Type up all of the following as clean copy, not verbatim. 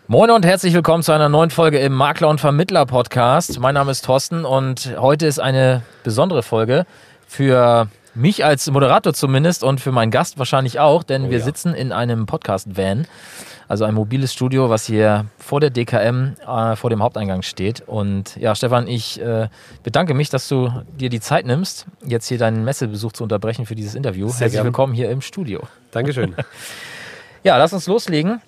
Moin und herzlich willkommen zu einer neuen Folge im Makler- und Vermittler-Podcast. Mein Name ist Thorsten und heute ist eine besondere Folge für mich als Moderator zumindest und für meinen Gast wahrscheinlich auch, denn wir sitzen in einem Podcast-Van, also ein mobiles Studio, was hier vor der DKM, vor dem Haupteingang steht. Und ja, Stefan, ich bedanke mich, dass du dir die Zeit nimmst, jetzt hier deinen Messebesuch zu unterbrechen für dieses Interview. Sehr Herzlich gern. willkommen hier im Studio. Dankeschön. Ja, lass uns loslegen.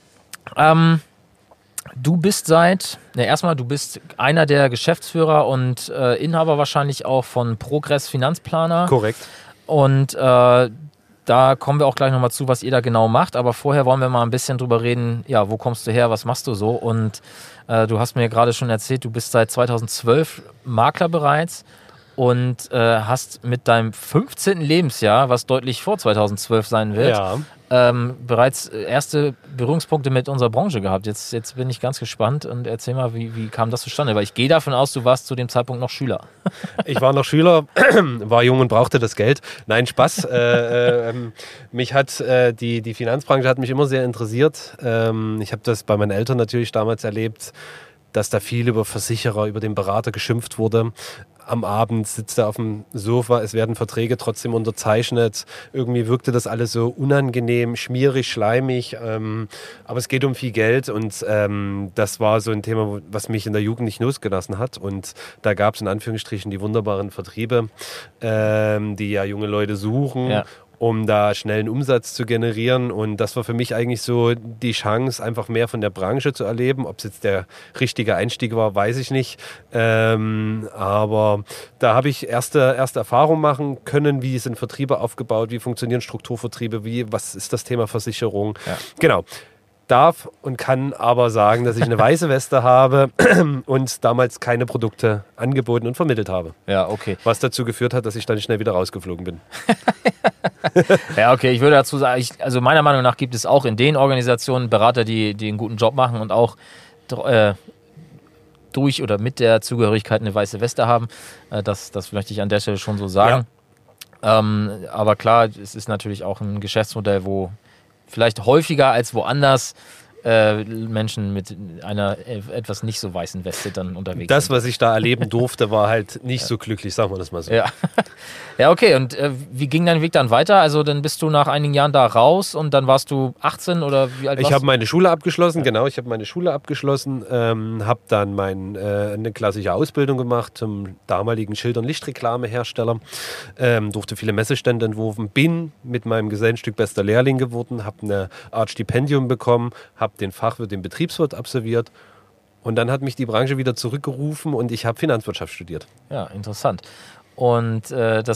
Du bist einer der Geschäftsführer und Inhaber wahrscheinlich auch von Progress Finanzplaner. Korrekt. Und da kommen wir auch gleich nochmal zu, was ihr da genau macht. Aber vorher wollen wir mal ein bisschen drüber reden, ja, wo kommst du her, was machst du so? Und du hast mir gerade schon erzählt, du bist seit 2012 Makler bereits und hast mit deinem 15. Lebensjahr, was deutlich vor 2012 sein wird, bereits erste Berührungspunkte mit unserer Branche gehabt. Jetzt bin ich ganz gespannt und erzähl mal, wie kam das zustande? Weil ich gehe davon aus, du warst zu dem Zeitpunkt noch Schüler. Ich war noch Schüler, war jung und brauchte das Geld. Nein, Spaß. Mich hat die Finanzbranche hat mich immer sehr interessiert. Ich habe das bei meinen Eltern natürlich damals erlebt, dass da viel über Versicherer, über den Berater geschimpft wurde. Am Abend sitzt er auf dem Sofa, es werden Verträge trotzdem unterzeichnet. Irgendwie wirkte das alles so unangenehm, schmierig, schleimig. Aber es geht um viel Geld und das war so ein Thema, was mich in der Jugend nicht losgelassen hat. Und da gab es in Anführungsstrichen die wunderbaren Vertriebe, die ja junge Leute suchen. Ja. Um da schnellen Umsatz zu generieren. Und das war für mich eigentlich so die Chance, einfach mehr von der Branche zu erleben. Ob es jetzt der richtige Einstieg war, weiß ich nicht. Aber da habe ich erste Erfahrungen machen können, wie sind Vertriebe aufgebaut, wie funktionieren Strukturvertriebe, was ist das Thema Versicherung. Ja. Genau. Darf und kann aber sagen, dass ich eine weiße Weste habe und damals keine Produkte angeboten und vermittelt habe. Ja, okay. Was dazu geführt hat, dass ich dann schnell wieder rausgeflogen bin. Ja, okay, ich würde dazu sagen, also meiner Meinung nach gibt es auch in den Organisationen Berater, die einen guten Job machen und auch durch oder mit der Zugehörigkeit eine weiße Weste haben. Das möchte ich an der Stelle schon so sagen. Ja. Aber klar, es ist natürlich auch ein Geschäftsmodell, wo vielleicht häufiger als woanders Menschen mit einer etwas nicht so weißen Weste dann unterwegs sind. Das, was ich da erleben durfte, war halt nicht so glücklich, sagen wir das mal so. Ja, ja, okay. Und wie ging dein Weg dann weiter? Also dann bist du nach einigen Jahren da raus und dann warst du 18 oder wie alt warst du? Ich habe meine Schule abgeschlossen, genau. Ich habe meine Schule abgeschlossen, habe dann eine klassische Ausbildung gemacht zum damaligen Schild- und Lichtreklamehersteller, durfte viele Messestände entworfen, bin mit meinem Gesellenstück bester Lehrling geworden, habe eine Art Stipendium bekommen, habe den Fachwirt, den Betriebswirt absolviert und dann hat mich die Branche wieder zurückgerufen und ich habe Finanzwirtschaft studiert. Ja, interessant. Und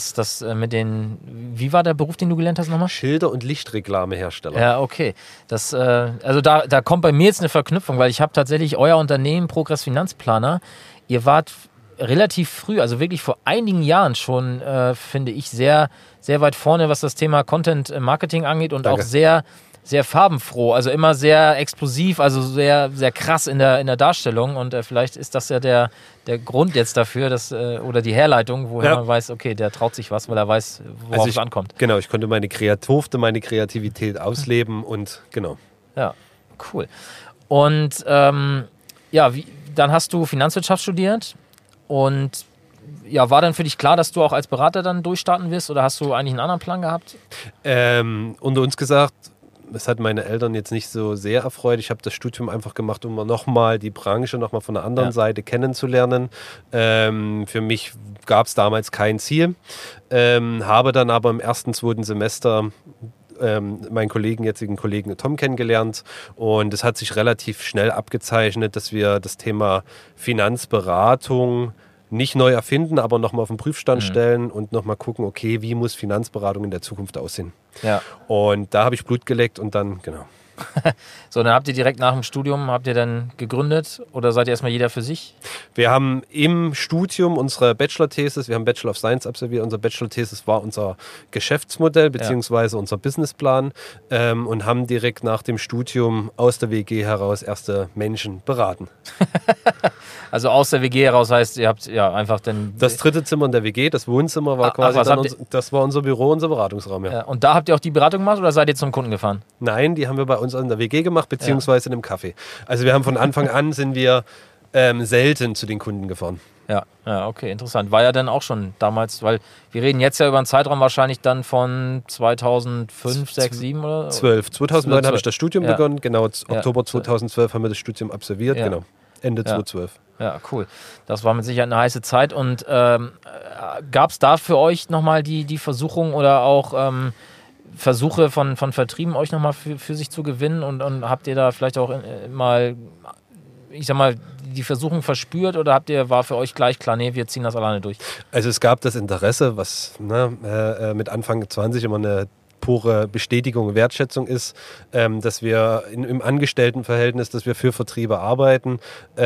wie war der Beruf, den du gelernt hast nochmal? Schilder- und Lichtreklamehersteller. Ja, okay. Also da kommt bei mir jetzt eine Verknüpfung, weil ich habe tatsächlich euer Unternehmen Progress Finanzplaner. Ihr wart relativ früh, also wirklich vor einigen Jahren schon, finde ich, sehr, sehr weit vorne, was das Thema Content Marketing angeht und Danke. Auch sehr sehr farbenfroh, also immer sehr explosiv, also sehr, sehr krass in der Darstellung und vielleicht ist das ja der Grund jetzt dafür, oder die Herleitung, woher man weiß, okay, der traut sich was, weil er weiß, worauf es ankommt. Genau, ich konnte meine Kreativität ausleben und genau. Ja, cool. Und dann hast du Finanzwirtschaft studiert und ja, war dann für dich klar, dass du auch als Berater dann durchstarten wirst oder hast du eigentlich einen anderen Plan gehabt? Unter uns gesagt, das hat meine Eltern jetzt nicht so sehr erfreut. Ich habe das Studium einfach gemacht, um nochmal die Branche nochmal von der anderen Seite kennenzulernen. Für mich gab es damals kein Ziel. Habe dann aber im ersten, zweiten Semester meinen jetzigen Kollegen Tom kennengelernt und es hat sich relativ schnell abgezeichnet, dass wir das Thema Finanzberatung nicht neu erfinden, aber nochmal auf den Prüfstand stellen und nochmal gucken, okay, wie muss Finanzberatung in der Zukunft aussehen? Ja. Und da habe ich Blut geleckt und dann, genau. So, dann habt ihr direkt nach dem Studium, dann gegründet oder seid ihr erstmal jeder für sich? Wir haben im Studium unsere Bachelor-Thesis, wir haben Bachelor of Science absolviert, unser Bachelor-Thesis war unser Geschäftsmodell bzw. unser Businessplan und haben direkt nach dem Studium aus der WG heraus erste Menschen beraten. Also aus der WG heraus heißt, ihr habt einfach dann... Das dritte Zimmer in der WG, das Wohnzimmer war das war unser Büro, unser Beratungsraum. Ja. Und da habt ihr auch die Beratung gemacht oder seid ihr zum Kunden gefahren? Nein, die haben wir bei uns in der WG gemacht, beziehungsweise in einem Café. Also wir haben von Anfang an sind wir selten zu den Kunden gefahren. Ja, okay, interessant. War ja dann auch schon damals, weil wir reden jetzt ja über einen Zeitraum wahrscheinlich dann von 2005, 6, 7 oder? 12. 2009 habe ich das Studium begonnen, genau, Oktober 2012 haben wir das Studium absolviert, genau, Ende 2012. Ja, cool. Das war mit Sicherheit eine heiße Zeit. Und gab es da für euch nochmal die Versuchung oder auch Versuche von Vertrieben, euch nochmal für sich zu gewinnen? Und habt ihr da vielleicht auch mal, ich sag mal, die Versuchung verspürt oder war für euch gleich klar, nee, wir ziehen das alleine durch? Also es gab das Interesse, was mit Anfang 20 immer eine pure Bestätigung, Wertschätzung ist, dass wir im Angestelltenverhältnis, dass wir für Vertriebe arbeiten.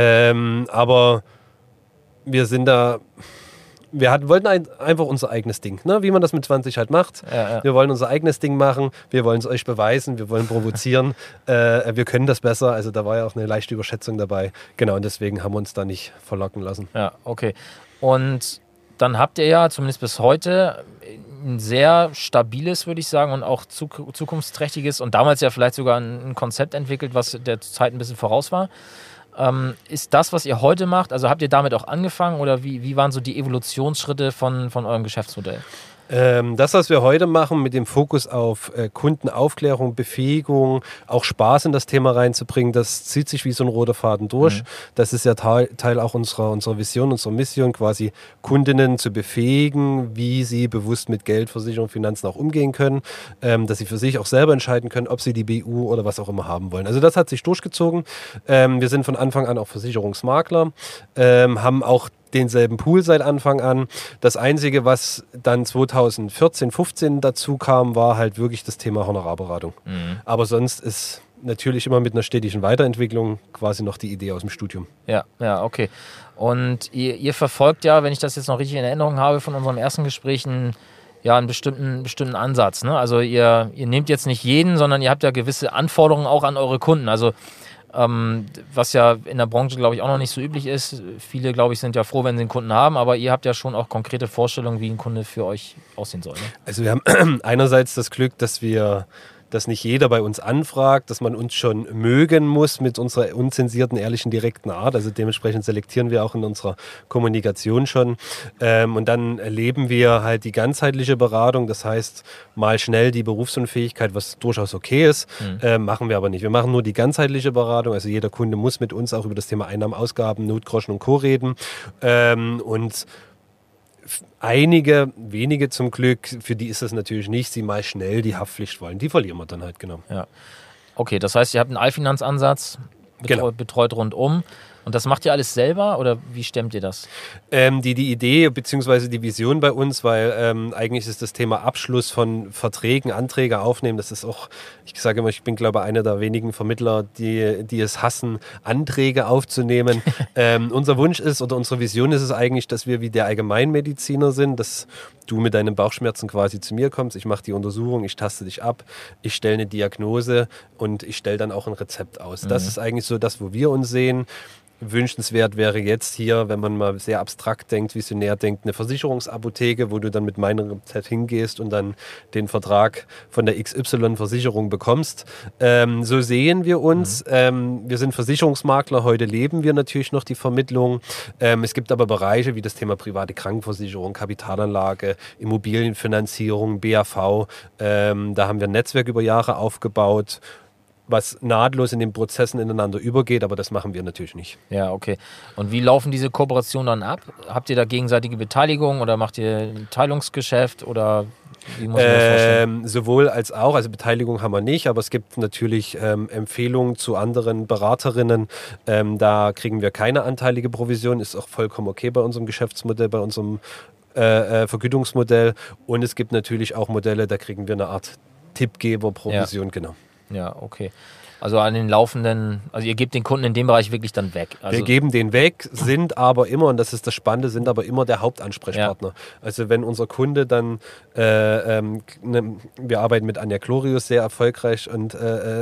Aber wir sind da, wollten einfach unser eigenes Ding, ne? Wie man das mit 20 halt macht. Wir wollen unser eigenes Ding machen, wir wollen es euch beweisen, wir wollen provozieren, wir können das besser. Also da war ja auch eine leichte Überschätzung dabei. Genau, und deswegen haben wir uns da nicht verlocken lassen. Ja, okay. Und dann habt ihr ja, zumindest bis heute, ein sehr stabiles, würde ich sagen, und auch zukunftsträchtiges und damals ja vielleicht sogar ein Konzept entwickelt, was der Zeit ein bisschen voraus war. Ist das, was ihr heute macht, also habt ihr damit auch angefangen oder wie waren so die Evolutionsschritte von eurem Geschäftsmodell? Das, was wir heute machen, mit dem Fokus auf Kundenaufklärung, Befähigung, auch Spaß in das Thema reinzubringen, das zieht sich wie so ein roter Faden durch. Das ist ja Teil auch unserer Vision, unserer Mission, quasi Kundinnen zu befähigen, wie sie bewusst mit Geld, Versicherung, Finanzen auch umgehen können, dass sie für sich auch selber entscheiden können, ob sie die BU oder was auch immer haben wollen. Also das hat sich durchgezogen. Wir sind von Anfang an auch Versicherungsmakler, haben auch denselben Pool seit Anfang an. Das Einzige, was dann 2014, 15 dazu kam, war halt wirklich das Thema Honorarberatung. Aber sonst ist natürlich immer mit einer stetigen Weiterentwicklung quasi noch die Idee aus dem Studium. Ja, okay. Und ihr verfolgt ja, wenn ich das jetzt noch richtig in Erinnerung habe, von unserem ersten Gespräch einen bestimmten Ansatz. Ne? Also ihr nehmt jetzt nicht jeden, sondern ihr habt ja gewisse Anforderungen auch an eure Kunden. Also was ja in der Branche, glaube ich, auch noch nicht so üblich ist. Viele, glaube ich, sind ja froh, wenn sie einen Kunden haben, aber ihr habt ja schon auch konkrete Vorstellungen, wie ein Kunde für euch aussehen soll. Ne? Also wir haben einerseits das Glück, dass nicht jeder bei uns anfragt, dass man uns schon mögen muss mit unserer unzensierten, ehrlichen, direkten Art. Also dementsprechend selektieren wir auch in unserer Kommunikation schon. Und dann erleben wir halt die ganzheitliche Beratung. Das heißt, mal schnell die Berufsunfähigkeit, was durchaus okay ist, machen wir aber nicht. Wir machen nur die ganzheitliche Beratung. Also jeder Kunde muss mit uns auch über das Thema Einnahmen, Ausgaben, Notgroschen und Co. reden. Und wenige zum Glück, für die ist das natürlich nicht, sie mal schnell die Haftpflicht wollen. Die verlieren wir dann halt, genau. Ja. Okay, das heißt, ihr habt einen Allfinanzansatz, betreut rundum. Und das macht ihr alles selber oder wie stemmt ihr das? Die Idee bzw. die Vision bei uns, weil eigentlich ist das Thema Abschluss von Verträgen, Anträge aufnehmen, das ist auch, ich sage immer, ich bin glaube ich einer der wenigen Vermittler, die es hassen, Anträge aufzunehmen. Unser Wunsch ist oder unsere Vision ist es eigentlich, dass wir wie der Allgemeinmediziner sind, dass du mit deinen Bauchschmerzen quasi zu mir kommst, ich mache die Untersuchung, ich taste dich ab, ich stelle eine Diagnose und ich stelle dann auch ein Rezept aus. Das ist eigentlich so das, wo wir uns sehen. Wünschenswert wäre jetzt hier, wenn man mal sehr abstrakt denkt, visionär denkt, eine Versicherungsapotheke, wo du dann mit meinem Rezept hingehst und dann den Vertrag von der XY-Versicherung bekommst. So sehen wir uns. Wir sind Versicherungsmakler, heute leben wir natürlich noch die Vermittlung. Es gibt aber Bereiche wie das Thema private Krankenversicherung, Kapitalanlage, Immobilienfinanzierung, BAV. Da haben wir ein Netzwerk über Jahre aufgebaut, was nahtlos in den Prozessen ineinander übergeht, aber das machen wir natürlich nicht. Ja, okay. Und wie laufen diese Kooperationen dann ab? Habt ihr da gegenseitige Beteiligung oder macht ihr ein Teilungsgeschäft oder wie muss man das vorstellen? Sowohl als auch, also Beteiligung haben wir nicht, aber es gibt natürlich Empfehlungen zu anderen Beraterinnen. Da kriegen wir keine anteilige Provision, ist auch vollkommen okay bei unserem Geschäftsmodell, bei unserem Vergütungsmodell. Und es gibt natürlich auch Modelle, da kriegen wir eine Art Tippgeber-Provision, genau. Ja, okay. Also an den laufenden, also ihr gebt den Kunden in dem Bereich wirklich dann weg. Also wir geben den weg, sind aber immer, und das ist das Spannende, sind aber immer der Hauptansprechpartner. Also wenn unser Kunde dann, wir arbeiten mit Anja Glorius sehr erfolgreich und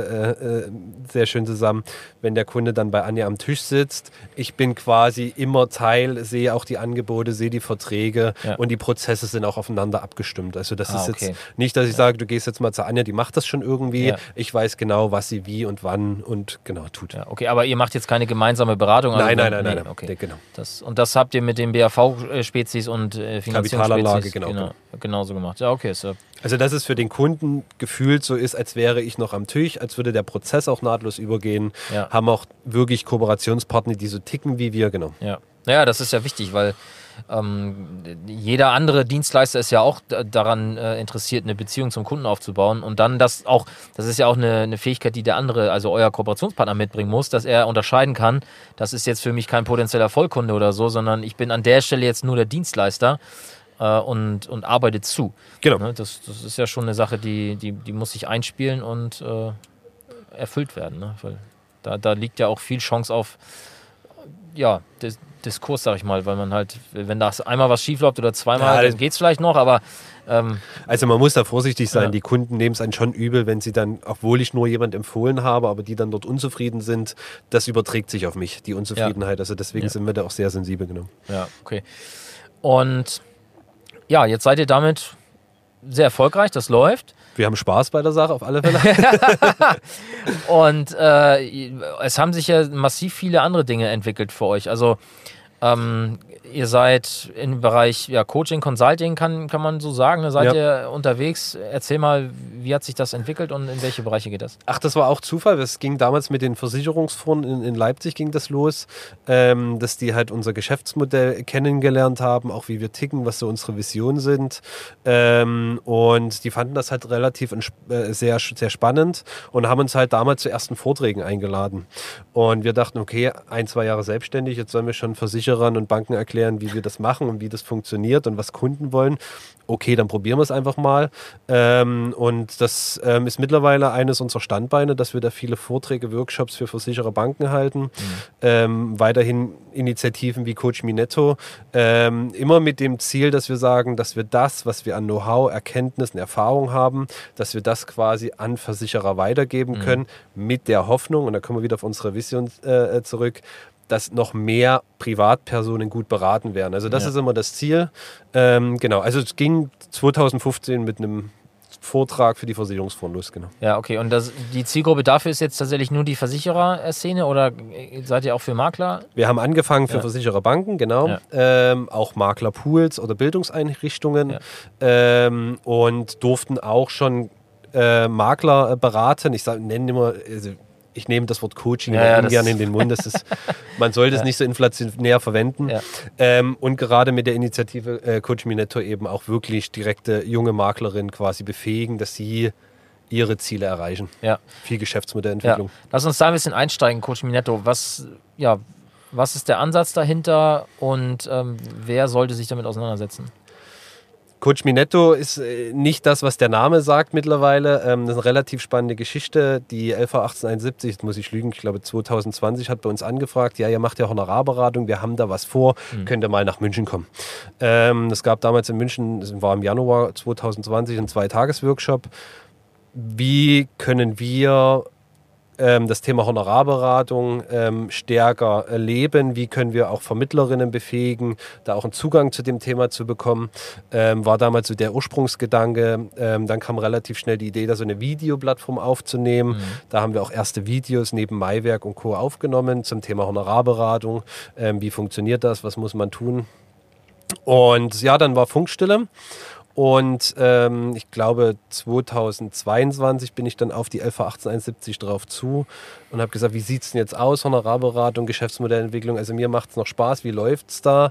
sehr schön zusammen, wenn der Kunde dann bei Anja am Tisch sitzt, ich bin quasi immer Teil, sehe auch die Angebote, sehe die Verträge und die Prozesse sind auch aufeinander abgestimmt. Also das ist jetzt nicht, dass ich sage, du gehst jetzt mal zu Anja, die macht das schon irgendwie. Ich weiß genau, was sie wie und wann und genau tut. Ja, okay, aber ihr macht jetzt keine gemeinsame Beratung? Also nein. Okay. Genau. Das habt ihr mit den BAV-Spezies und Kapitalanlage, genauso gemacht. Ja, okay. So. Also dass es für den Kunden gefühlt so ist, als wäre ich noch am Tisch, als würde der Prozess auch nahtlos übergehen. Ja. Haben auch wirklich Kooperationspartner, die so ticken wie wir, genau. Ja, das ist ja wichtig, weil jeder andere Dienstleister ist ja auch daran interessiert, eine Beziehung zum Kunden aufzubauen und dann das ist ja auch eine Fähigkeit, die der andere, also euer Kooperationspartner mitbringen muss, dass er unterscheiden kann, das ist jetzt für mich kein potenzieller Vollkunde oder so, sondern ich bin an der Stelle jetzt nur der Dienstleister und arbeite zu. Genau. Das ist ja schon eine Sache, die muss sich einspielen und erfüllt werden. Ne? Weil da liegt ja auch viel Chance auf Diskurs, sag ich mal, weil man halt, wenn da einmal was schief läuft oder zweimal, dann geht es vielleicht noch, aber also man muss da vorsichtig sein, die Kunden nehmen es einen schon übel, wenn sie dann, obwohl ich nur jemand empfohlen habe, aber die dann dort unzufrieden sind, das überträgt sich auf mich, die Unzufriedenheit, also deswegen sind wir da auch sehr sensibel genommen. Ja, okay. Und ja, jetzt seid ihr damit sehr erfolgreich, das läuft. Wir haben Spaß bei der Sache, auf alle Fälle. Und es haben sich ja massiv viele andere Dinge entwickelt für euch. Also ihr seid im Bereich Coaching, Consulting, kann man so sagen. Da seid ihr unterwegs. Erzähl mal, wie hat sich das entwickelt und in welche Bereiche geht das? Ach, das war auch Zufall. Es ging damals mit den Versicherungsfonds in Leipzig ging das los, dass die halt unser Geschäftsmodell kennengelernt haben, auch wie wir ticken, was so unsere Visionen sind. Und die fanden das halt relativ sehr, sehr spannend und haben uns halt damals zu ersten Vorträgen eingeladen. Und wir dachten, okay, 1-2 Jahre selbstständig, jetzt sollen wir schon Versicherern und Banken erklären, wie wir das machen und wie das funktioniert und was Kunden wollen. Okay, dann probieren wir es einfach mal. Und das ist mittlerweile eines unserer Standbeine, dass wir da viele Vorträge, Workshops für Versicherer, Banken halten. Weiterhin Initiativen wie Coach Me Netto. Immer mit dem Ziel, dass wir sagen, dass wir das, was wir an Know-how, Erkenntnissen, Erfahrung haben, dass wir das quasi an Versicherer weitergeben können, mit der Hoffnung, und da kommen wir wieder auf unsere Vision zurück, dass noch mehr Privatpersonen gut beraten werden. Also das ist immer das Ziel. Genau, also es ging 2015 mit einem Vortrag für die Versicherungsfonds los, genau. Ja, okay. Und die Zielgruppe dafür ist jetzt tatsächlich nur die Versichererszene oder seid ihr auch für Makler? Wir haben angefangen für Versichererbanken, genau. Ja. Auch Maklerpools oder Bildungseinrichtungen und durften auch schon Makler beraten. Ich nenne immer... Ich nehme das Wort Coaching ungern in den Mund. Das ist, man sollte es nicht so inflationär verwenden. Ja. Und gerade mit der Initiative Coach Me Netto eben auch wirklich direkte junge Maklerinnen quasi befähigen, dass sie ihre Ziele erreichen. Ja. Viel Geschäftsmodellentwicklung. Ja. Lass uns da ein bisschen einsteigen, Coach Me Netto. Was ist der Ansatz dahinter und wer sollte sich damit auseinandersetzen? Coach Me Netto ist nicht das, was der Name sagt mittlerweile. Das ist eine relativ spannende Geschichte. Die LV 1871, jetzt muss ich lügen, ich glaube 2020 hat bei uns angefragt, ja, ihr macht ja Honorarberatung, wir haben da was vor, könnt ihr mal nach München kommen. Es gab damals in München, das war im Januar 2020, ein 2-Tages-Workshop. Wie können wir das Thema Honorarberatung stärker leben, wie können wir auch Vermittlerinnen befähigen, da auch einen Zugang zu dem Thema zu bekommen, war damals so der Ursprungsgedanke. Dann kam relativ schnell die Idee, da so eine Videoplattform aufzunehmen. Da haben wir auch erste Videos neben Maiwerk und Co. aufgenommen zum Thema Honorarberatung. Wie funktioniert das, was muss man tun? Und ja, dann war Funkstille. Und ich glaube, 2022 bin ich dann auf die LV 1871 drauf zu und habe gesagt, wie sieht es denn jetzt aus, Honorarberatung, Geschäftsmodellentwicklung, also mir macht es noch Spaß, wie läuft es da?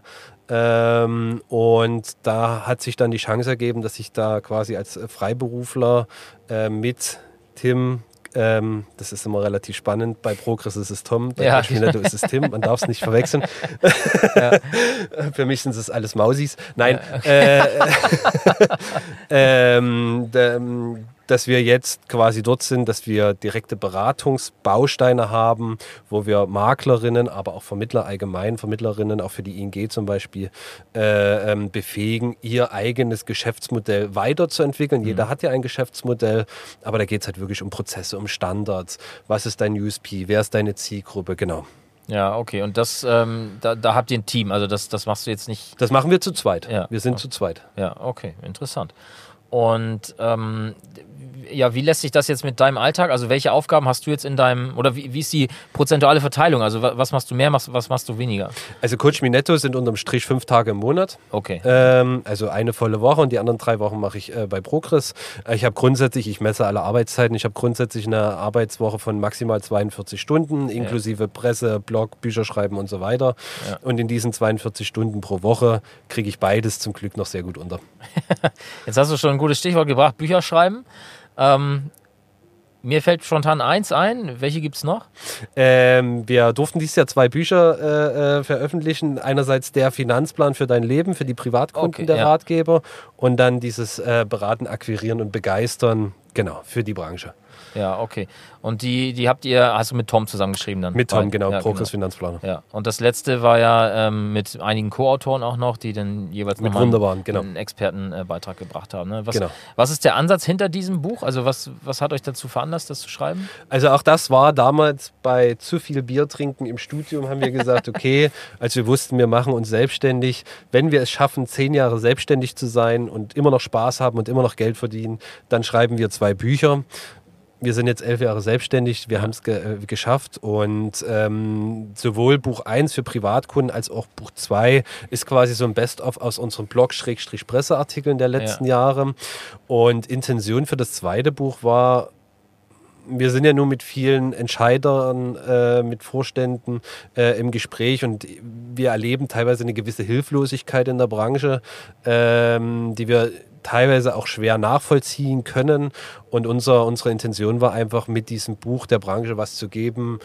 Und da hat sich dann die Chance ergeben, dass ich da quasi als Freiberufler mit Tim, das ist immer relativ spannend. Bei Progress ist es Tom, bei Coach Me Netto ist es Tim. Man darf es nicht verwechseln. Ja. Für mich sind es alles Mausis. Nein. Ja, okay. dass wir jetzt quasi dort sind, dass wir direkte Beratungsbausteine haben, wo wir Maklerinnen, aber auch Vermittler allgemein, Vermittlerinnen auch für die ING zum Beispiel, befähigen, ihr eigenes Geschäftsmodell weiterzuentwickeln. Jeder hat ja ein Geschäftsmodell, aber da geht es halt wirklich um Prozesse, um Standards. Was ist dein USP? Wer ist deine Zielgruppe? Genau. Ja, okay. Und das, da habt ihr ein Team, also das machst du jetzt nicht... Das machen wir zu zweit. Ja. Wir sind zu zweit. Ja, okay, interessant. Und ja, wie lässt sich das jetzt mit deinem Alltag, also welche Aufgaben hast du jetzt in deinem, oder wie ist die prozentuale Verteilung? Also was machst du mehr, was machst du weniger? Also Coach Me Netto sind unterm Strich 5 Tage im Monat. Okay. Also eine volle Woche und die anderen 3 Wochen mache ich bei Progress. Ich messe alle Arbeitszeiten, ich habe grundsätzlich eine Arbeitswoche von maximal 42 Stunden, inklusive Presse, Blog, Bücher schreiben und so weiter. Ja. Und in diesen 42 Stunden pro Woche kriege ich beides zum Glück noch sehr gut unter. Jetzt hast du schon ein gutes Stichwort gebracht, Bücher schreiben. Mir fällt spontan eins ein. Welche gibt es noch? Wir durften dieses Jahr 2 Bücher veröffentlichen. Einerseits der Finanzplan für dein Leben, für die Privatkunden der Ratgeber. Und dann dieses Beraten, Akquirieren und Begeistern, genau, für die Branche. Ja, okay. Und die hast du mit Tom zusammengeschrieben dann? Mit Tom, genau, Progress Finanzplaner. Ja, und das letzte war ja mit einigen Co-Autoren auch noch, die dann jeweils mit nochmal einen Expertenbeitrag gebracht haben. Ne? Was ist der Ansatz hinter diesem Buch? Also was hat euch dazu veranlasst, das zu schreiben? Also auch das war damals bei zu viel Bier trinken im Studium, haben wir gesagt, okay, als wir wussten, wir machen uns selbstständig. Wenn wir es schaffen, 10 Jahre selbstständig zu sein und immer noch Spaß haben und immer noch Geld verdienen, dann schreiben wir 2 Bücher. Wir sind jetzt 11 Jahre selbstständig, wir haben es geschafft und sowohl Buch 1 für Privatkunden als auch Buch 2 ist quasi so ein Best-of aus unseren Blog-Presseartikeln der letzten Jahre. Und Intention für das zweite Buch war, wir sind ja nur mit vielen Entscheidern, mit Vorständen im Gespräch und wir erleben teilweise eine gewisse Hilflosigkeit in der Branche, die wir teilweise auch schwer nachvollziehen können. Und unsere Intention war einfach, mit diesem Buch der Branche was zu geben.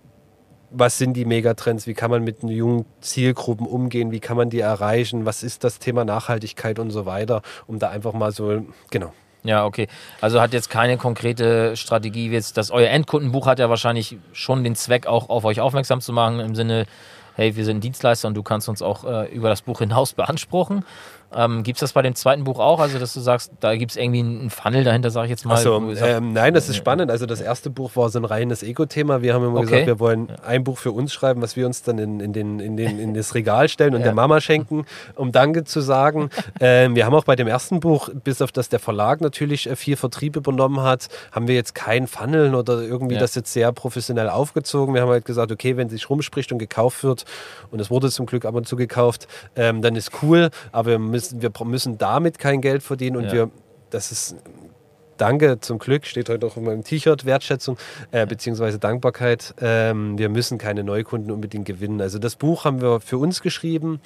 Was sind die Megatrends? Wie kann man mit jungen Zielgruppen umgehen? Wie kann man die erreichen? Was ist das Thema Nachhaltigkeit und so weiter? Um da einfach mal so, genau. Ja, okay. Also hat jetzt keine konkrete Strategie. Euer Endkundenbuch hat ja wahrscheinlich schon den Zweck, auch auf euch aufmerksam zu machen, im Sinne, hey, wir sind Dienstleister und du kannst uns auch über das Buch hinaus beanspruchen. Gibt es das bei dem zweiten Buch auch? Also, dass du sagst, da gibt es irgendwie einen Funnel dahinter, sage ich jetzt mal. Achso, nein, das ist spannend. Also, das erste Buch war so ein reines Ego-Thema. Wir haben immer gesagt, wir wollen ein Buch für uns schreiben, was wir uns dann in das Regal stellen und der Mama schenken, um Danke zu sagen. Wir haben auch bei dem ersten Buch, bis auf das der Verlag natürlich viel Vertrieb übernommen hat, haben wir jetzt kein Funnel oder irgendwie das jetzt sehr professionell aufgezogen. Wir haben halt gesagt, okay, wenn sich rumspricht und gekauft wird, und es wurde zum Glück ab und zu gekauft, dann ist cool, aber wir müssen damit kein Geld verdienen und das ist, danke, zum Glück, steht heute auch in meinem T-Shirt, Wertschätzung, beziehungsweise Dankbarkeit. Wir müssen keine Neukunden unbedingt gewinnen. Also das Buch haben wir für uns geschrieben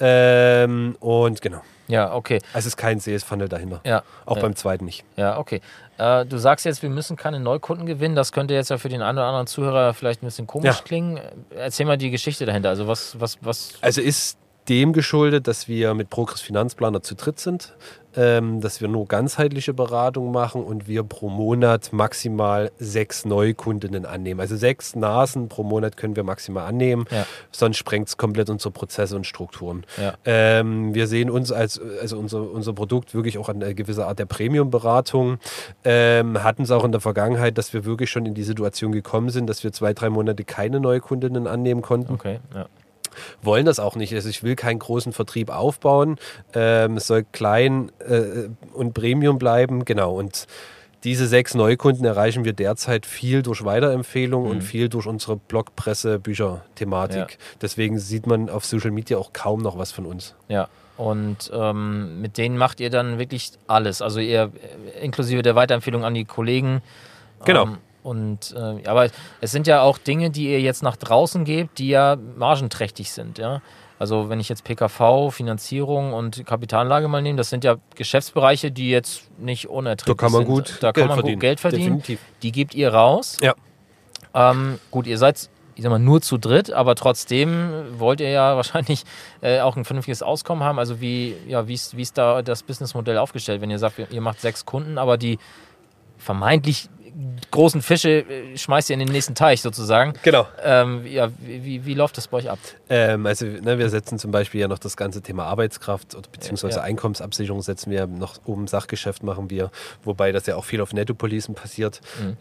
und genau. Ja, okay. Also es ist kein Sales-Funnel dahinter. Ja. Auch beim zweiten nicht. Ja, okay. Du sagst jetzt, wir müssen keine Neukunden gewinnen. Das könnte jetzt ja für den einen oder anderen Zuhörer vielleicht ein bisschen komisch klingen. Erzähl mal die Geschichte dahinter. Also was? Also ist dem geschuldet, dass wir mit Progress Finanzplaner zu dritt sind, dass wir nur ganzheitliche Beratung machen und wir pro Monat maximal 6 Neukundinnen annehmen. Also 6 Nasen pro Monat können wir maximal annehmen, sonst sprengt es komplett unsere Prozesse und Strukturen. Ja. Wir sehen uns unser Produkt wirklich auch an eine gewisse Art der Premium-Beratung, hatten es auch in der Vergangenheit, dass wir wirklich schon in die Situation gekommen sind, dass wir 2-3 Monate keine Neukundinnen annehmen konnten. Okay, ja. Wollen das auch nicht. Also ich will keinen großen Vertrieb aufbauen. Es soll klein und Premium bleiben. Genau. Und diese 6 Neukunden erreichen wir derzeit viel durch Weiterempfehlungen und viel durch unsere Blogpresse, Bücher-Thematik. Ja. Deswegen sieht man auf Social Media auch kaum noch was von uns. Ja. Und mit denen macht ihr dann wirklich alles. Also ihr inklusive der Weiterempfehlung an die Kollegen. Genau. Aber es sind ja auch Dinge, die ihr jetzt nach draußen gebt, die ja margenträchtig sind, ja. Also wenn ich jetzt PKV, Finanzierung und Kapitalanlage mal nehme, das sind ja Geschäftsbereiche, die jetzt nicht unerträglich sind. Da kann man gut Geld verdienen. Definitiv. Die gebt ihr raus. Ja. Gut, ihr seid, ich sag mal, nur zu dritt, aber trotzdem wollt ihr ja wahrscheinlich auch ein vernünftiges Auskommen haben. Also wie ist da das Businessmodell aufgestellt, wenn ihr sagt, ihr macht 6 Kunden, aber die vermeintlich großen Fische schmeißt ihr in den nächsten Teich sozusagen. Genau. Wie läuft das bei euch ab? Wir setzen zum Beispiel ja noch das ganze Thema Arbeitskraft oder beziehungsweise Einkommensabsicherung setzen wir noch oben, Sachgeschäft machen wir, wobei das ja auch viel auf Nettopolicen passiert.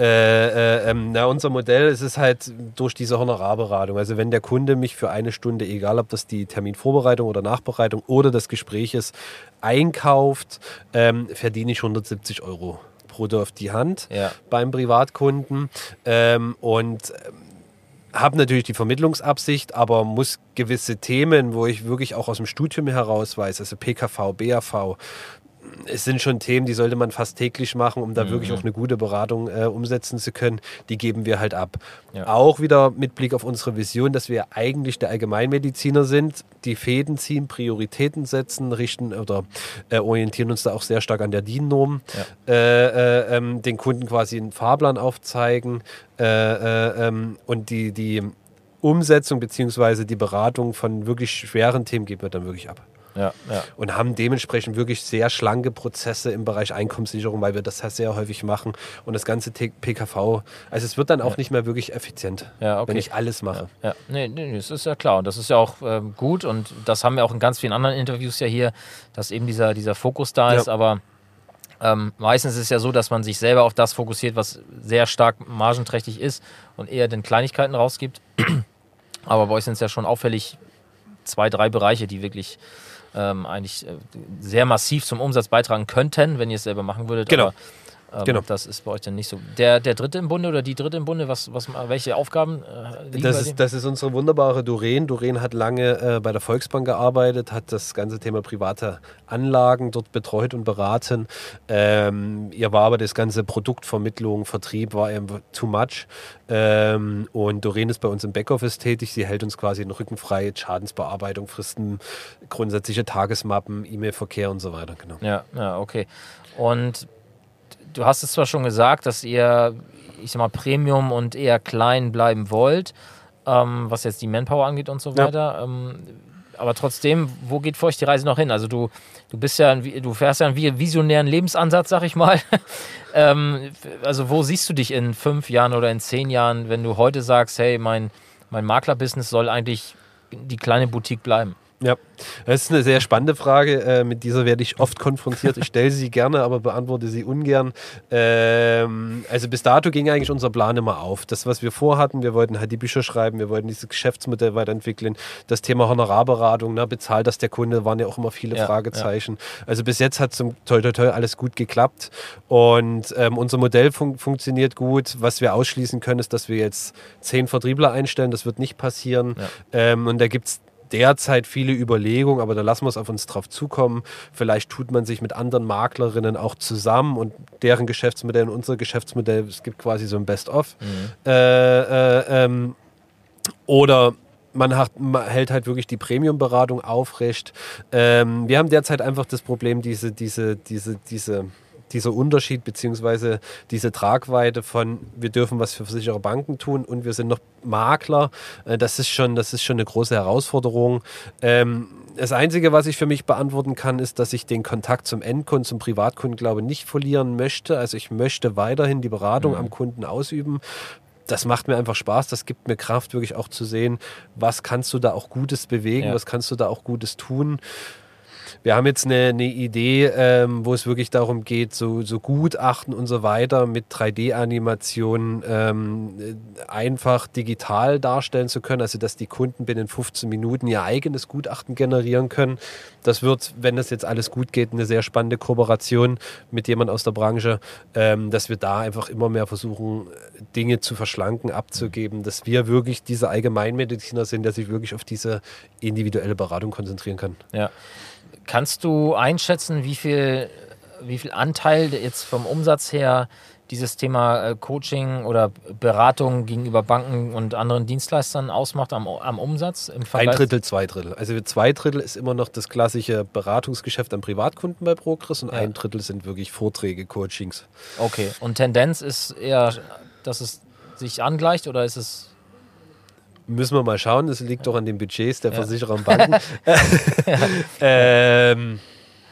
Unser Modell ist es halt durch diese Honorarberatung. Also wenn der Kunde mich für eine Stunde, egal ob das die Terminvorbereitung oder Nachbereitung oder das Gespräch ist, einkauft, verdiene ich 170 Euro brutto auf die Hand beim Privatkunden und habe natürlich die Vermittlungsabsicht, aber muss gewisse Themen, wo ich wirklich auch aus dem Studium heraus weiß, also PKV, BAV, es sind schon Themen, die sollte man fast täglich machen, um da wirklich auch eine gute Beratung umsetzen zu können. Die geben wir halt ab. Ja. Auch wieder mit Blick auf unsere Vision, dass wir eigentlich der Allgemeinmediziner sind, die Fäden ziehen, Prioritäten setzen, richten oder orientieren uns da auch sehr stark an der DIN-Norm, den Kunden quasi einen Fahrplan aufzeigen und die Umsetzung bzw. die Beratung von wirklich schweren Themen geben wir dann wirklich ab. Ja. Und haben dementsprechend wirklich sehr schlanke Prozesse im Bereich Einkommenssicherung, weil wir das sehr häufig machen. Und das ganze PKV, also es wird dann auch nicht mehr wirklich effizient, wenn ich alles mache. Ja. Nee, das ist ja klar. Und das ist ja auch gut. Und das haben wir auch in ganz vielen anderen Interviews ja hier, dass eben dieser Fokus da ist. Aber meistens ist es ja so, dass man sich selber auf das fokussiert, was sehr stark margenträchtig ist und eher den Kleinigkeiten rausgibt. Aber bei euch sind es ja schon auffällig 2, 3 Bereiche, die wirklich eigentlich sehr massiv zum Umsatz beitragen könnten, wenn ihr es selber machen würdet. Genau. Aber das ist bei euch dann nicht so. Der Dritte im Bunde oder die Dritte im Bunde, welche Aufgaben liegen bei dem? Das ist unsere wunderbare Doreen. Doreen hat lange bei der Volksbank gearbeitet, hat das ganze Thema private Anlagen dort betreut und beraten. Ihr war aber das ganze Produktvermittlung, Vertrieb war eben too much. Und Doreen ist bei uns im Backoffice tätig. Sie hält uns quasi den Rücken frei, Schadensbearbeitung, Fristen, grundsätzliche Tagesmappen, E-Mail-Verkehr und so weiter. Genau. Ja, okay. Und du hast es zwar schon gesagt, dass ihr, ich sag mal, Premium und eher klein bleiben wollt, was jetzt die Manpower angeht und so weiter. Aber trotzdem, wo geht für euch die Reise noch hin? Also du fährst ja einen visionären Lebensansatz, sag ich mal. Also wo siehst du dich in 5 Jahren oder in 10 Jahren, wenn du heute sagst, hey, mein Maklerbusiness soll eigentlich die kleine Boutique bleiben? Ja, das ist eine sehr spannende Frage. Mit dieser werde ich oft konfrontiert. Ich stelle sie gerne, aber beantworte sie ungern. Also bis dato ging eigentlich unser Plan immer auf. Das, was wir vorhatten, wir wollten halt die Bücher schreiben, wir wollten dieses Geschäftsmodell weiterentwickeln. Das Thema Honorarberatung, bezahlt das der Kunde, waren ja auch immer viele Fragezeichen. Ja. Also bis jetzt hat zum toi alles gut geklappt. Und unser Modell funktioniert gut. Was wir ausschließen können, ist, dass wir jetzt 10 Vertriebler einstellen. Das wird nicht passieren. Ja. Und da gibt es derzeit viele Überlegungen, aber da lassen wir es auf uns drauf zukommen. Vielleicht tut man sich mit anderen Maklerinnen auch zusammen und deren Geschäftsmodell und unser Geschäftsmodell, es gibt quasi so ein Best-of. Oder man hält halt wirklich die Premium-Beratung aufrecht. Wir haben derzeit einfach das Problem, dieser Unterschied bzw. diese Tragweite von, wir dürfen was für Versicherer, Banken tun und wir sind noch Makler, das ist schon eine große Herausforderung. Das Einzige, was ich für mich beantworten kann, ist, dass ich den Kontakt zum Endkunden, zum Privatkunden, glaube ich, nicht verlieren möchte. Also ich möchte weiterhin die Beratung am Kunden ausüben. Das macht mir einfach Spaß, das gibt mir Kraft, wirklich auch zu sehen, was kannst du da auch Gutes bewegen, was kannst du da auch Gutes tun. Wir haben jetzt eine Idee, wo es wirklich darum geht, so Gutachten und so weiter mit 3D-Animationen einfach digital darstellen zu können, also dass die Kunden binnen 15 Minuten ihr eigenes Gutachten generieren können. Das wird, wenn das jetzt alles gut geht, eine sehr spannende Kooperation mit jemand aus der Branche, dass wir da einfach immer mehr versuchen, Dinge zu verschlanken, abzugeben, dass wir wirklich dieser Allgemeinmediziner sind, der sich wirklich auf diese individuelle Beratung konzentrieren kann. Ja. Kannst du einschätzen, wie viel Anteil jetzt vom Umsatz her dieses Thema Coaching oder Beratung gegenüber Banken und anderen Dienstleistern ausmacht am Umsatz? Im Vergleich? 1/3, 2/3. Also 2/3 ist immer noch das klassische Beratungsgeschäft an Privatkunden bei Progress und 1/3 sind wirklich Vorträge, Coachings. Okay, und Tendenz ist eher, dass es sich angleicht oder ist es... Müssen wir mal schauen, das liegt doch an den Budgets der Versicherer und Banken.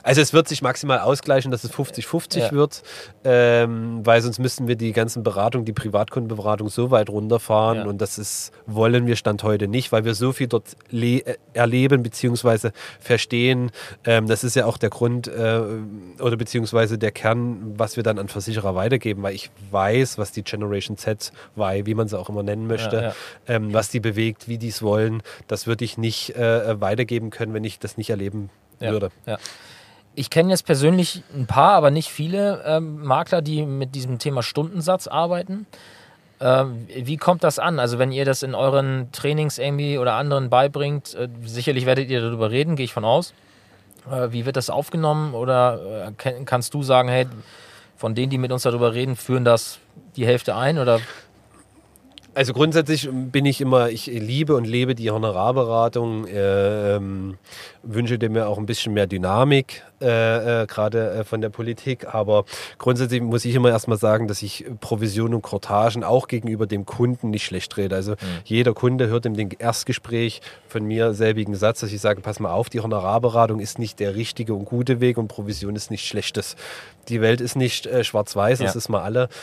Also es wird sich maximal ausgleichen, dass es 50-50 wird, weil sonst müssten wir die ganzen Beratungen, die Privatkundenberatung so weit runterfahren und wollen wir Stand heute nicht, weil wir so viel dort erleben bzw. verstehen. Das ist ja auch der Grund oder beziehungsweise der Kern, was wir dann an Versicherer weitergeben, weil ich weiß, was die Generation Z, Y, wie man sie auch immer nennen möchte, was die bewegt, wie die es wollen. Das würde ich nicht weitergeben können, wenn ich das nicht erleben würde. Ja. Ich kenne jetzt persönlich ein paar, aber nicht viele Makler, die mit diesem Thema Stundensatz arbeiten. Wie kommt das an? Also wenn ihr das in euren Trainings irgendwie oder anderen beibringt, sicherlich werdet ihr darüber reden, gehe ich von aus. Wie wird das aufgenommen? Oder kannst du sagen, hey, von denen, die mit uns darüber reden, führen das die Hälfte ein? Oder? Also grundsätzlich ich liebe und lebe die Honorarberatung, wünsche mir auch ein bisschen mehr Dynamik, gerade von der Politik, aber grundsätzlich muss ich immer erstmal sagen, dass ich Provision und Courtagen auch gegenüber dem Kunden nicht schlecht rede. Also jeder Kunde hört in dem Erstgespräch von mir selbigen Satz, dass ich sage, pass mal auf, die Honorarberatung ist nicht der richtige und gute Weg und Provision ist nichts Schlechtes. Die Welt ist nicht schwarz-weiß, das ist mal alle.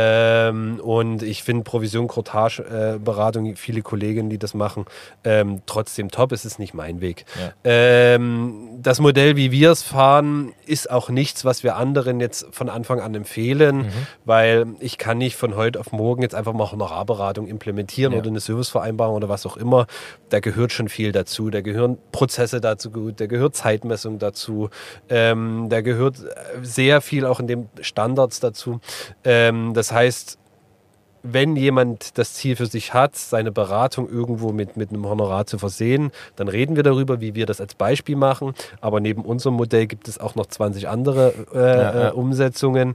Und ich finde Provision, Courtage, Beratung, viele Kollegen, die das machen, trotzdem top. Es ist nicht mein Weg. Ja. Das Modell, wie wir es fahren, ist auch nichts, was wir anderen jetzt von Anfang an empfehlen, weil ich kann nicht von heute auf morgen jetzt einfach mal Honorarberatung implementieren oder eine Servicevereinbarung oder was auch immer. Da gehört schon viel dazu. Da gehören Prozesse dazu, da gehört Zeitmessung dazu, da gehört sehr viel auch in den Standards dazu. Das heißt, wenn jemand das Ziel für sich hat, seine Beratung irgendwo mit einem Honorar zu versehen, dann reden wir darüber, wie wir das als Beispiel machen. Aber neben unserem Modell gibt es auch noch 20 andere Umsetzungen.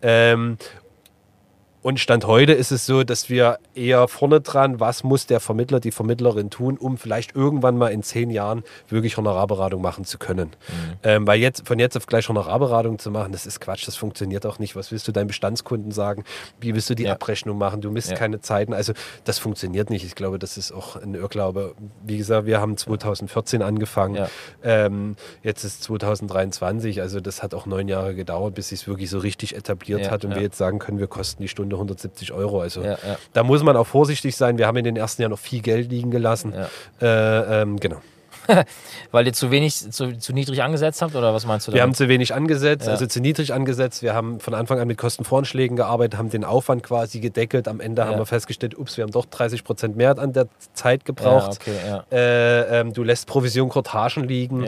Und Stand heute ist es so, dass wir eher vorne dran, was muss der Vermittler, die Vermittlerin tun, um vielleicht irgendwann mal in 10 Jahren wirklich Honorarberatung machen zu können. Weil von jetzt auf gleich Honorarberatung zu machen, das ist Quatsch, das funktioniert auch nicht. Was willst du deinen Bestandskunden sagen? Wie willst du die Abrechnung machen? Du misst keine Zeiten. Also das funktioniert nicht. Ich glaube, das ist auch ein Irrglaube. Wie gesagt, wir haben 2014 angefangen. Jetzt ist 2023. Also das hat auch 9 Jahre gedauert, bis sich es wirklich so richtig etabliert hat und wir jetzt sagen können, wir kosten die Stunde 170 €. Also da muss man auch vorsichtig sein. Wir haben in den ersten Jahren noch viel Geld liegen gelassen. Genau. Weil ihr zu niedrig angesetzt habt, oder was meinst du damit? Wir haben zu wenig angesetzt, also zu niedrig angesetzt. Wir haben von Anfang an mit Kostenvoranschlägen gearbeitet, haben den Aufwand quasi gedeckelt. Am Ende haben wir festgestellt, wir haben doch 30% mehr an der Zeit gebraucht. Du lässt Provision, Courtagen liegen.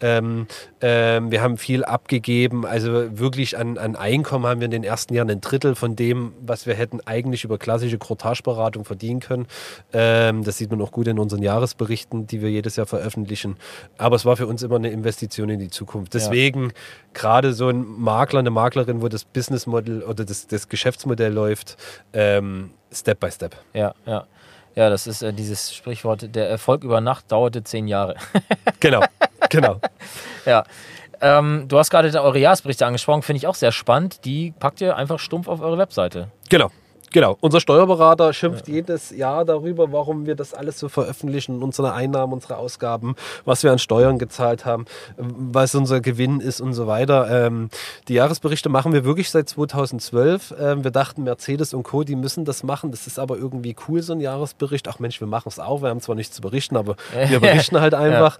Wir haben viel abgegeben. Also wirklich an Einkommen haben wir in den ersten Jahren 1/3 von dem, was wir hätten eigentlich über klassische Courtageberatung verdienen können. Das sieht man auch gut in unseren Jahresberichten, die wir jedes Jahr veröffentlichen. Aber es war für uns immer eine Investition in die Zukunft. Deswegen gerade so ein Makler, eine Maklerin, wo das Businessmodell oder das Geschäftsmodell läuft, Step by Step. Ja, das ist dieses Sprichwort, der Erfolg über Nacht dauerte 10 Jahre. Genau. Ja. Du hast gerade eure Jahresberichte angesprochen, finde ich auch sehr spannend. Die packt ihr einfach stumpf auf eure Webseite. Genau, unser Steuerberater schimpft jedes Jahr darüber, warum wir das alles so veröffentlichen, unsere Einnahmen, unsere Ausgaben, was wir an Steuern gezahlt haben, was unser Gewinn ist und so weiter. Die Jahresberichte machen wir wirklich seit 2012. Wir dachten, Mercedes und Co., die müssen das machen. Das ist aber irgendwie cool, so ein Jahresbericht. Ach Mensch, wir machen es auch. Wir haben zwar nichts zu berichten, aber wir berichten halt einfach.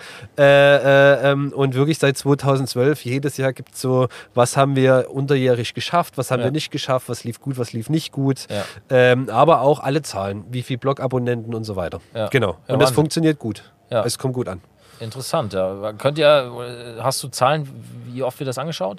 Und wirklich seit 2012, jedes Jahr gibt es so, was haben wir unterjährig geschafft, was haben wir nicht geschafft, was lief gut, was lief nicht gut. Aber auch alle Zahlen, wie viele Blog-Abonnenten und so weiter. Genau. Und das funktioniert gut. Es kommt gut an. Interessant, ja. Hast du Zahlen, wie oft wird das angeschaut?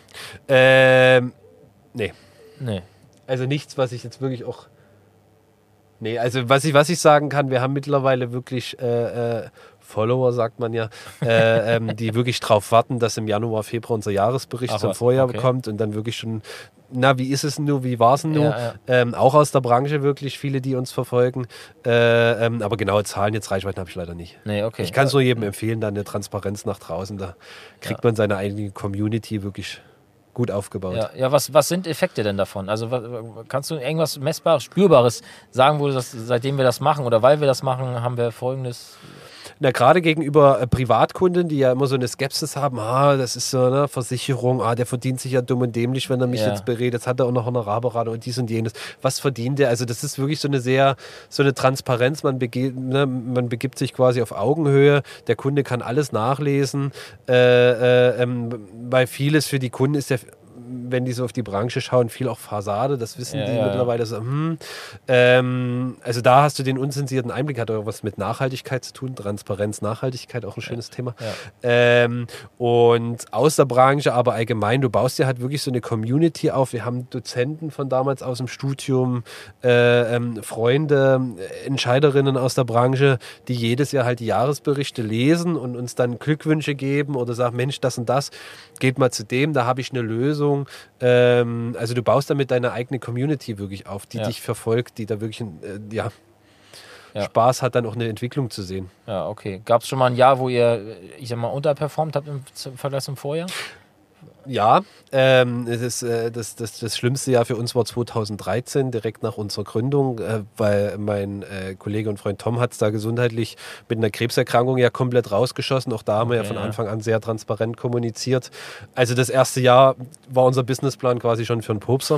Nee. Also nichts, was ich jetzt wirklich auch... Nee, also was ich sagen kann, wir haben mittlerweile wirklich Follower, sagt man ja, die wirklich drauf warten, dass im Januar, Februar unser Jahresbericht zum Vorjahr kommt und dann wirklich schon, wie ist es nur, wie war es nur? Auch aus der Branche wirklich viele, die uns verfolgen. Aber genaue Zahlen, jetzt Reichweiten habe ich leider nicht. Ich kann es nur jedem empfehlen, da eine Transparenz nach draußen, da kriegt man seine eigene Community wirklich gut aufgebaut. Was sind Effekte denn davon? Also kannst du irgendwas Messbares, Spürbares sagen, wo seitdem wir das machen oder weil wir das machen, haben wir Folgendes... Na, gerade gegenüber Privatkunden, die ja immer so eine Skepsis haben, das ist so eine Versicherung, der verdient sich ja dumm und dämlich, wenn er mich jetzt berät, jetzt hat er auch noch Honorarberater und dies und jenes. Was verdient der? Also das ist wirklich so eine Transparenz, man begibt sich quasi auf Augenhöhe, der Kunde kann alles nachlesen, weil vieles für die Kunden ist ja, wenn die so auf die Branche schauen, viel auch Fassade, das wissen die mittlerweile so, also da hast du den unzensierten Einblick, hat auch was mit Nachhaltigkeit zu tun, Transparenz, Nachhaltigkeit, auch ein schönes Thema. Ja. Und aus der Branche, aber allgemein, du baust dir halt wirklich so eine Community auf, wir haben Dozenten von damals aus dem Studium, Freunde, Entscheiderinnen aus der Branche, die jedes Jahr halt die Jahresberichte lesen und uns dann Glückwünsche geben oder sagen, Mensch, das und das, geht mal zu dem, da habe ich eine Lösung. Also du baust damit deine eigene Community wirklich auf, die dich verfolgt, die da wirklich Spaß hat, dann auch eine Entwicklung zu sehen. Ja, okay. Gab es schon mal ein Jahr, wo ihr, ich sag mal, unterperformt habt im Vergleich zum Vorjahr? Ja, das schlimmste Jahr für uns war 2013, direkt nach unserer Gründung, weil mein Kollege und Freund Tom hat es da gesundheitlich mit einer Krebserkrankung ja komplett rausgeschossen. Auch da haben wir ja von Anfang an sehr transparent kommuniziert. Also das erste Jahr war unser Businessplan quasi schon für einen Popser.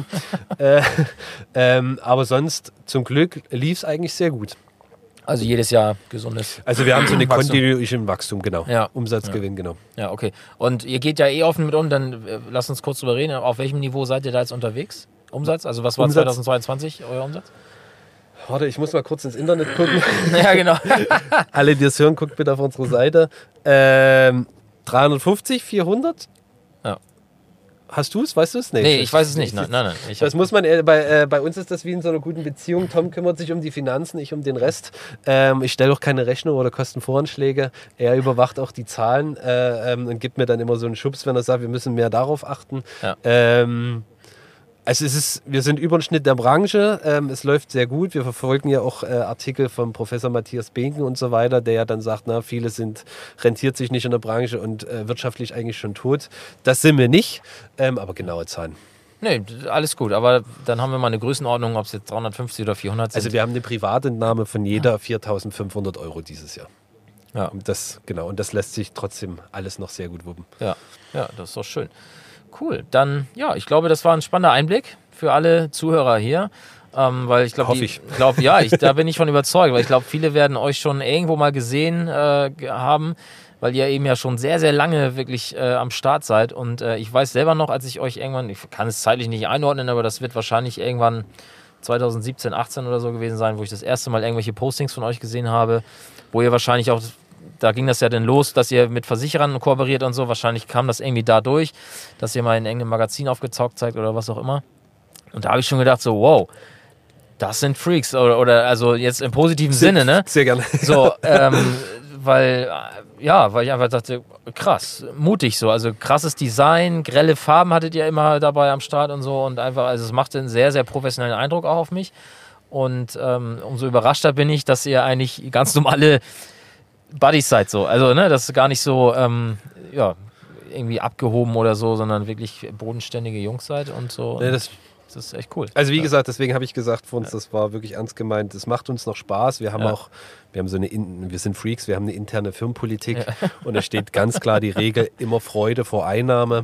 Aber sonst, zum Glück, lief es eigentlich sehr gut. Also jedes Jahr gesundes. Also wir haben so eine kontinuierliche Wachstum, genau. Ja. Umsatzgewinn, genau. Ja, okay. Und ihr geht ja offen mit um, dann lasst uns kurz drüber reden. Auf welchem Niveau seid ihr da jetzt unterwegs? Umsatz? Also was war 2022 euer Umsatz? Warte, ich muss mal kurz ins Internet gucken. Ja, genau. Alle, die es hören, guckt bitte auf unsere Seite. 350, 400? Ja. Hast du es? Weißt du es? Nee, ich weiß es nicht. Nein. Das muss man, bei uns ist das wie in so einer guten Beziehung. Tom kümmert sich um die Finanzen, ich um den Rest. Ich stelle auch keine Rechnung oder Kostenvoranschläge. Er überwacht auch die Zahlen und gibt mir dann immer so einen Schubs, wenn er sagt, wir müssen mehr darauf achten. Ja. Also wir sind über den Schnitt der Branche, es läuft sehr gut. Wir verfolgen ja auch Artikel von Professor Matthias Behnken und so weiter, der ja dann sagt, viele rentiert sich nicht in der Branche und wirtschaftlich eigentlich schon tot. Das sind wir nicht, aber genaue Zahlen. Nee, alles gut, aber dann haben wir mal eine Größenordnung, ob es jetzt 350 oder 400 sind. Also wir haben eine Privatentnahme von jeder 4.500 € dieses Jahr. Ja. Und das lässt sich trotzdem alles noch sehr gut wuppen. Ja, das ist doch schön. Cool, dann ich glaube, das war ein spannender Einblick für alle Zuhörer hier, weil ich glaube, da bin ich von überzeugt, weil ich glaube, viele werden euch schon irgendwo mal gesehen haben, weil ihr eben ja schon sehr, sehr lange wirklich am Start seid und ich weiß selber noch, als ich euch irgendwann, ich kann es zeitlich nicht einordnen, aber das wird wahrscheinlich irgendwann 2017, 18 oder so gewesen sein, wo ich das erste Mal irgendwelche Postings von euch gesehen habe, wo ihr wahrscheinlich auch, da ging das ja dann los, dass ihr mit Versicherern kooperiert und so. Wahrscheinlich kam das irgendwie dadurch, dass ihr mal in irgendeinem Magazin aufgezockt zeigt oder was auch immer. Und da habe ich schon gedacht, so, wow, das sind Freaks. Oder also jetzt im positiven Sinne, ne? Sehr gerne. So, weil ich einfach dachte, krass, mutig so. Also krasses Design, grelle Farben hattet ihr immer dabei am Start und so. Und einfach, also es machte einen sehr, sehr professionellen Eindruck auch auf mich. Und umso überraschter bin ich, dass ihr eigentlich ganz normale Buddies seid so. Also, ne, das ist gar nicht so, irgendwie abgehoben oder so, sondern wirklich bodenständige Jungs seid und so. Nee, das ist echt cool. Also wie gesagt, deswegen habe ich gesagt vor uns, das war wirklich ernst gemeint. Es macht uns noch Spaß. Wir haben wir sind Freaks, wir haben eine interne Firmenpolitik und da steht ganz klar die Regel, immer Freude vor Einnahme.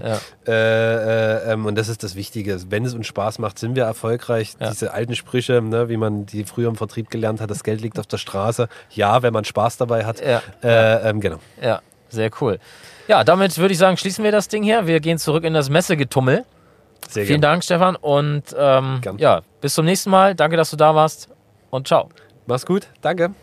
Und das ist das Wichtige. Wenn es uns Spaß macht, sind wir erfolgreich. Diese alten Sprüche, ne, wie man die früher im Vertrieb gelernt hat, das Geld liegt auf der Straße. Ja, wenn man Spaß dabei hat. Genau. Ja, sehr cool. Ja, damit würde ich sagen, schließen wir das Ding hier. Wir gehen zurück in das Messegetummel. Vielen Dank, Stefan. Und bis zum nächsten Mal. Danke, dass du da warst. Und ciao. Mach's gut. Danke.